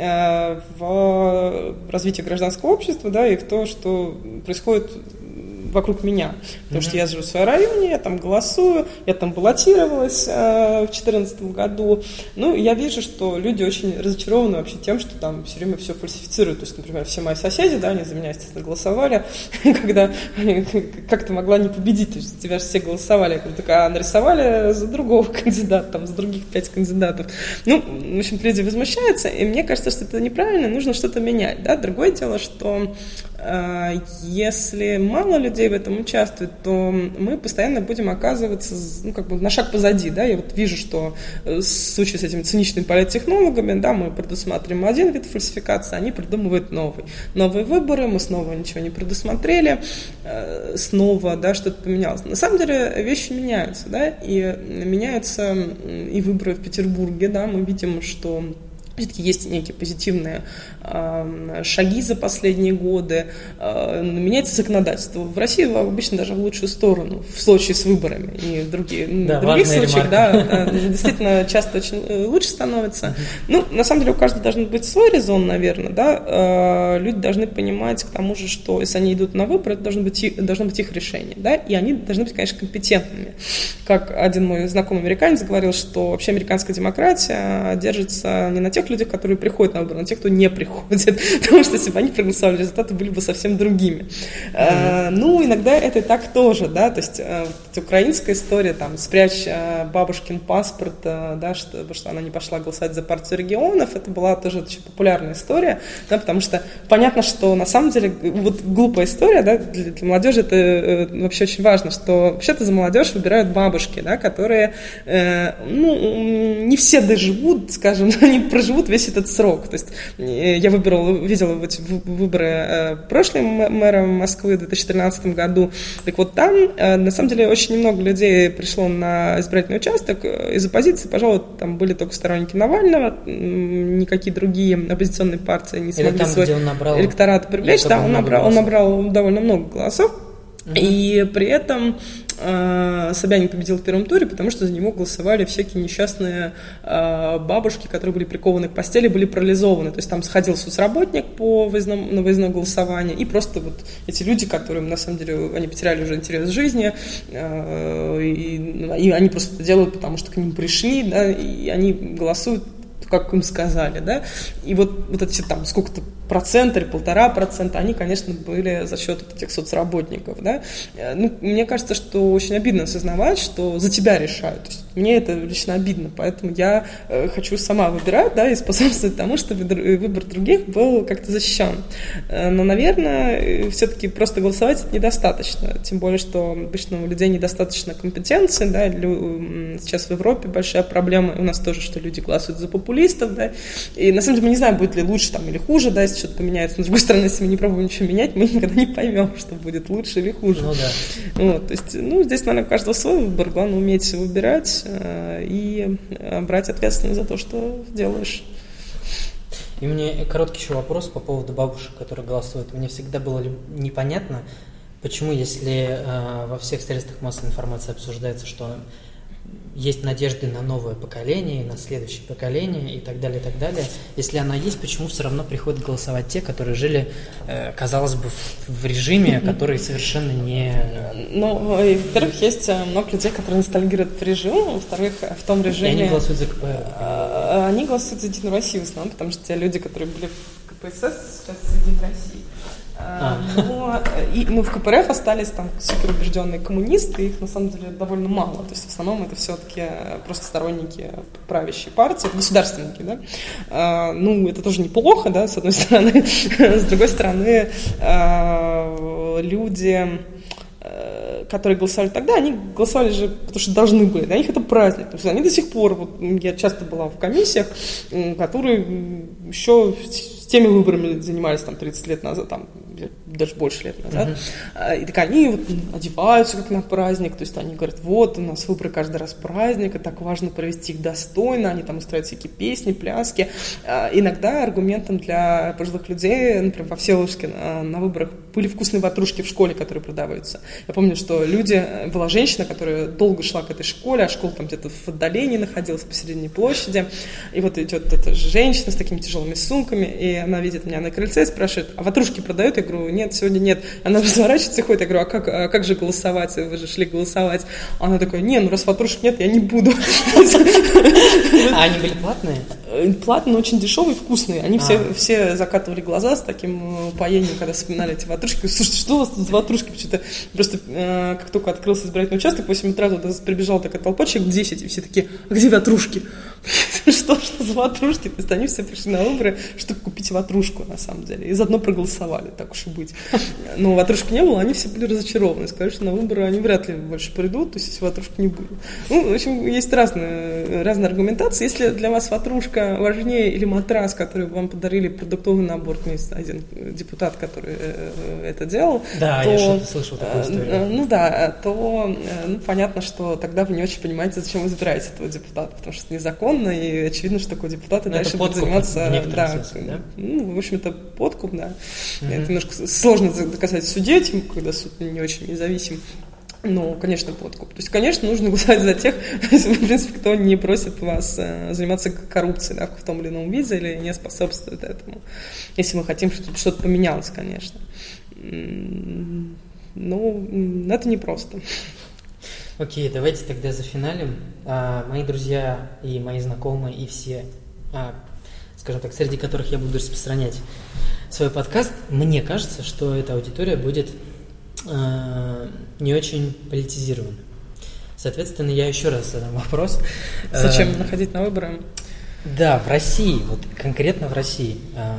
в развитие гражданского общества, да, и в то, что происходит вокруг меня, потому что я живу в своем районе, я там голосую, я там баллотировалась в 2014 году. Я вижу, что люди очень разочарованы вообще тем, что там все время все фальсифицируют. То есть, например, все мои соседи, да, они за меня, естественно, голосовали, когда как ты могла не победить, то есть за тебя же все голосовали. Я говорю, так, нарисовали за другого кандидата, там, за других 5 кандидатов. В общем, люди возмущаются, и мне кажется, что это неправильно, нужно что-то менять, да. Другое дело, что если мало людей в этом участвует, то мы постоянно будем оказываться на шаг позади. Да? Я вот вижу, что в случае с этими циничными политтехнологами, да, мы предусматриваем один вид фальсификации, они придумывают новый. Новые выборы, мы снова ничего не предусмотрели, снова, да, что-то поменялось. На самом деле вещи меняются, да, и меняются и выборы в Петербурге, да, мы видим, что все-таки есть некие позитивные шаги за последние годы, меняется законодательство. В России обычно даже в лучшую сторону, в случае с выборами, и в других случаях, да, действительно часто очень лучше становится. На самом деле у каждого должен быть свой резон, наверное, да, люди должны понимать к тому же, что если они идут на выборы, это должно быть их решение, да, и они должны быть, конечно, компетентными. Как один мой знакомый американец говорил, что вообще американская демократия держится не на тех людях, которые приходят на выборы, на тех, кто не приходит. Потому что если бы они проголосовали, результаты были бы совсем другими. Иногда это и так тоже, да, то есть украинская история, там, спрячь бабушкин паспорт, да, чтобы что она не пошла голосовать за партию регионов, это была тоже очень популярная история, да, потому что понятно, что на самом деле вот глупая история, да, для молодежи это вообще очень важно, что вообще-то за молодежь выбирают бабушки, да, которые, не все доживут, скажем, они проживут весь этот срок. То есть я видела выборы прошлого мэра Москвы в 2013 году. Так вот там, на самом деле, очень немного людей пришло на избирательный участок. Из оппозиции, пожалуй, там были только сторонники Навального, никакие другие оппозиционные партии не смогли свой электорат привлечь. Да, он набрал довольно много голосов. И при этом Собянин победил в первом туре, потому что за него голосовали всякие несчастные бабушки, которые были прикованы к постели, были парализованы. То есть там сходил соцработник на выездное голосование, и просто вот эти люди, которым на самом деле они потеряли уже интерес к жизни, и они просто это делают, потому что к ним пришли, да, и они голосуют как им сказали, да, и вот эти там сколько-то процент или 1,5%, они, конечно, были за счет вот этих соцработников, да. Ну, мне кажется, что очень обидно осознавать, что за тебя решают, то есть мне это лично обидно, поэтому я хочу сама выбирать, да, и способствовать тому, чтобы выбор других был как-то защищен. Но, наверное, все-таки просто голосовать недостаточно, тем более, что обычно у людей недостаточно компетенции, да, сейчас в Европе большая проблема, у нас тоже, что люди голосуют за популистов, да, и на самом деле мы не знаем, будет ли лучше там или хуже, да, если что-то поменяется, но с другой стороны, если мы не пробуем ничего менять, мы никогда не поймем, что будет лучше или хуже. Ну да. Вот, то есть, ну, здесь, наверное, у каждого свой выбор, главное уметь выбирать и брать ответственность за то, что делаешь. И мне короткий еще вопрос по поводу бабушек, которые голосуют. Мне всегда было непонятно, почему, если во всех средствах массовой информации обсуждается, что есть надежды на новое поколение, на следующее поколение и так далее, если она есть, почему все равно приходят голосовать те, которые жили, казалось бы, в режиме, который совершенно не... Ну, во-первых, есть много людей, которые ностальгируют по режиму, во-вторых, в том режиме... И они голосуют за КПРФ. Они голосуют за Единую Россию в основном, потому что те люди, которые были в КПСС, сейчас в Единой России. Но в КПРФ остались там суперубежденные коммунисты, их на самом деле довольно мало. То есть в основном это все-таки просто сторонники правящей партии, государственники, да. Ну, это тоже неплохо, да, с одной стороны. С другой стороны, люди, которые голосовали тогда, они голосовали же, потому что должны были, для них это праздник. То есть они до сих пор, вот, я часто была в комиссиях, которые еще с теми выборами занимались там 30 лет назад, там, даже больше лет назад. И так они вот одеваются как на праздник, то есть они говорят, вот, у нас выборы каждый раз праздник, и так важно провести их достойно, они там устраивают всякие песни, пляски. Иногда аргументом для пожилых людей, например, во Всеволожске на выборах были вкусные ватрушки в школе, которые продаваются. Я помню, что была женщина, которая долго шла к этой школе, а школа там где-то в отдалении находилась, посередине площади, и вот идет эта женщина с такими тяжелыми сумками, и она видит меня на крыльце и спрашивает, а ватрушки продают? Я говорю, нет, сегодня нет. Она разворачивается и ходит, я говорю, а как же голосовать? Вы же шли голосовать. Она такая, не, ну раз ватрушек нет, я не буду. А они были платные? Платные, но очень дешевые и вкусные. Они все закатывали глаза с таким упоением, когда вспоминали эти ватрушки. Слушайте, что у вас тут за ватрушки? Почему-то просто как только открылся избирательный участок, в 8 утра туда прибежала такая толпа, человек 10, и все такие, а где ватрушки? Что за ватрушки? То есть они все пришли на выборы, чтобы купить ватрушку, на самом деле. И заодно проголосовали, так уж и быть. Но ватрушки не было, они все были разочарованы. Сказали, что на выборы они вряд ли больше придут, то есть если ватрушки не будет. Ну, в общем, есть разные аргументации. Если для вас ватрушка важнее или матрас, который вам подарили продуктовый набор, есть один депутат, который это делал. Да, я что-то слышал такую историю. Ну да, то понятно, что тогда вы не очень понимаете, зачем вы избираете этого депутата, потому что это незаконно, и очевидно, что такой депутат и дальше будет заниматься... в общем, это подкуп, да. Это немножко сложно доказать в суде, когда суд не очень независим. Ну, конечно, подкуп. То есть, конечно, нужно голосовать за тех, в принципе, кто не просит вас заниматься коррупцией, да, в том или ином виде или не способствует этому. Если мы хотим, чтобы что-то поменялось, конечно. Ну, это непросто. Окей, давайте тогда зафиналим. Мои друзья и мои знакомые, и все, скажем так, среди которых я буду распространять свой подкаст, мне кажется, что эта аудитория будет не очень политизирована. Соответственно, я еще раз задам вопрос. Зачем находить на выборы? Да, в России, вот конкретно в России.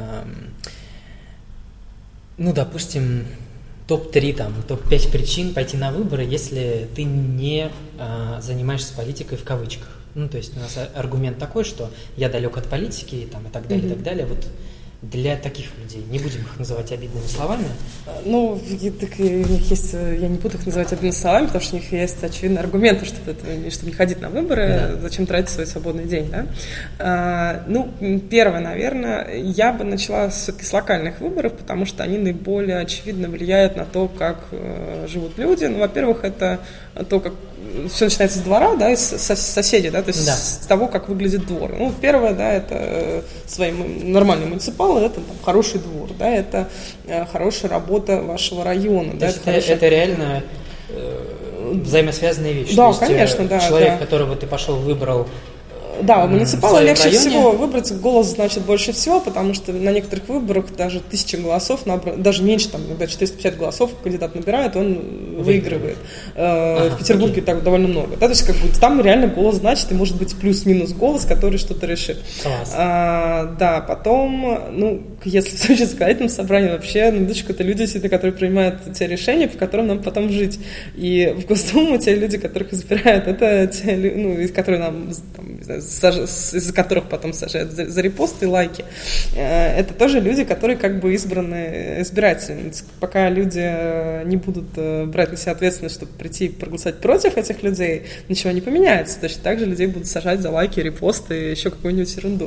Ну, допустим, топ-3, там, топ-5 причин пойти на выборы, если ты не занимаешься политикой в кавычках. Ну, то есть у нас аргумент такой, что я далек от политики там, и так далее, и так далее. Вот для таких людей, не будем их называть обидными словами. Ну, я не буду их называть обидными словами, потому что у них есть очевидные аргументы, чтобы не ходить на выборы, зачем тратить свой свободный день, да? Ну, первое, наверное, я бы начала все-таки с локальных выборов, потому что они наиболее очевидно влияют на то, как живут люди. Ну, во-первых, это то, как все начинается с двора, да, из соседей, да, то есть с того, как выглядит двор. Ну, первое, да, это свои нормальные муниципалы, это там, хороший двор, да, это хорошая работа вашего района. То есть это реально взаимосвязанные вещи. Да, то есть, конечно, да. Человек, которого ты пошел, выбрал Да, у муниципала легче всего выбрать голос, значит, больше всего, потому что на некоторых выборах даже 1000 голосов, даже меньше, там, иногда 450 голосов кандидат набирает, он выигрывает. В Петербурге так довольно много. Да, то есть, как бы, там реально голос значит, и может быть плюс-минус голос, который что-то решит. Класс. Да, потом, если в случае с законодательным собранием, вообще, на минуточку, это люди, которые принимают те решения, по которым нам потом жить. И в Госдуму те люди, которых избирают, это те люди, которые нам, там, не знаю, из-за которых потом сажают за репосты и лайки. Это тоже люди, которые как бы избраны избирателями. Пока люди не будут брать на себя ответственность, чтобы прийти и проголосовать против этих людей, ничего не поменяется. Точно так же людей будут сажать за лайки, репосты и еще какую-нибудь ерунду.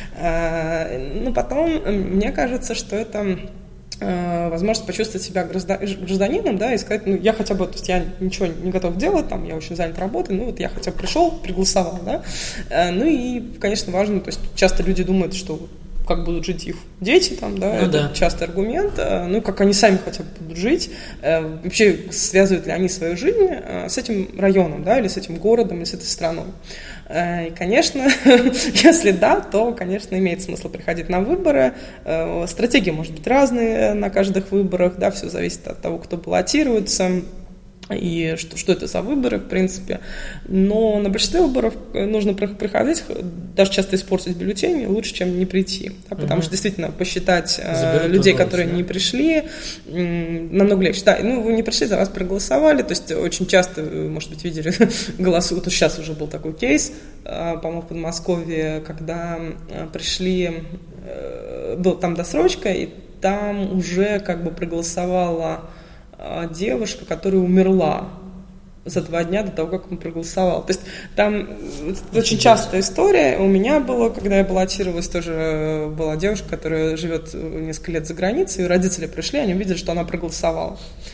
Потом, мне кажется, что это возможность почувствовать себя гражданином, да, и сказать, я хотя бы, то есть я ничего не готов делать, там, я очень занят работой, я хотя бы пришел, проголосовал, да, и, конечно, важно, то есть часто люди думают, что как будут жить их дети, там, да, это частый аргумент, как они сами хотя бы будут жить, вообще связывают ли они свою жизнь с этим районом, да, или с этим городом, или с этой страной. И, конечно, если да, то, конечно, имеет смысл приходить на выборы. Стратегии может быть разные на каждых выборах, да, все зависит от того, кто баллотируется. И что это за выборы, в принципе. Но на большинстве выборов нужно приходить, даже часто испортить бюллетень, лучше, чем не прийти. Да, потому что действительно посчитать людей, которые не пришли, намного легче. Да, вы не пришли, за вас проголосовали. То есть очень часто, может быть, видели голосуют. Вот сейчас уже был такой кейс, по-моему, в Подмосковье, когда пришли, была там досрочка, и там уже как бы проголосовала девушка, которая умерла за 2 дня до того, как он проголосовал. То есть там очень частая история. У меня было, когда я баллотировалась, тоже была девушка, которая живет несколько лет за границей, и родители пришли, они увидели, что она проголосовала.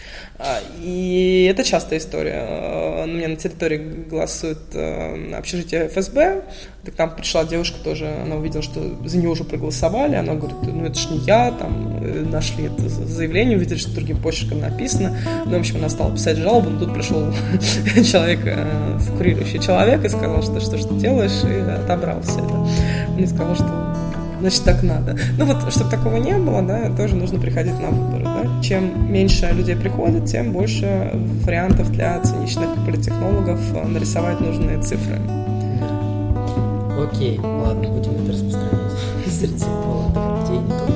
И это частая история. У меня на территории голосует общежитие ФСБ. Так там пришла девушка тоже, она увидела, что за нее уже проголосовали. Она говорит, это ж не я. Там нашли это заявление, увидели, что другим почерком написано. В общем, она стала писать жалобу, но тут пришел человек, курирующий человек, и сказал, что ты делаешь, и отобрал все это. И сказал, что значит, так надо. Чтобы такого не было, да, тоже нужно приходить на выборы. Да? Чем меньше людей приходит, тем больше вариантов для циничных политтехнологов нарисовать нужные цифры. Окей, ладно, будем это распространять среди молодых людей, не только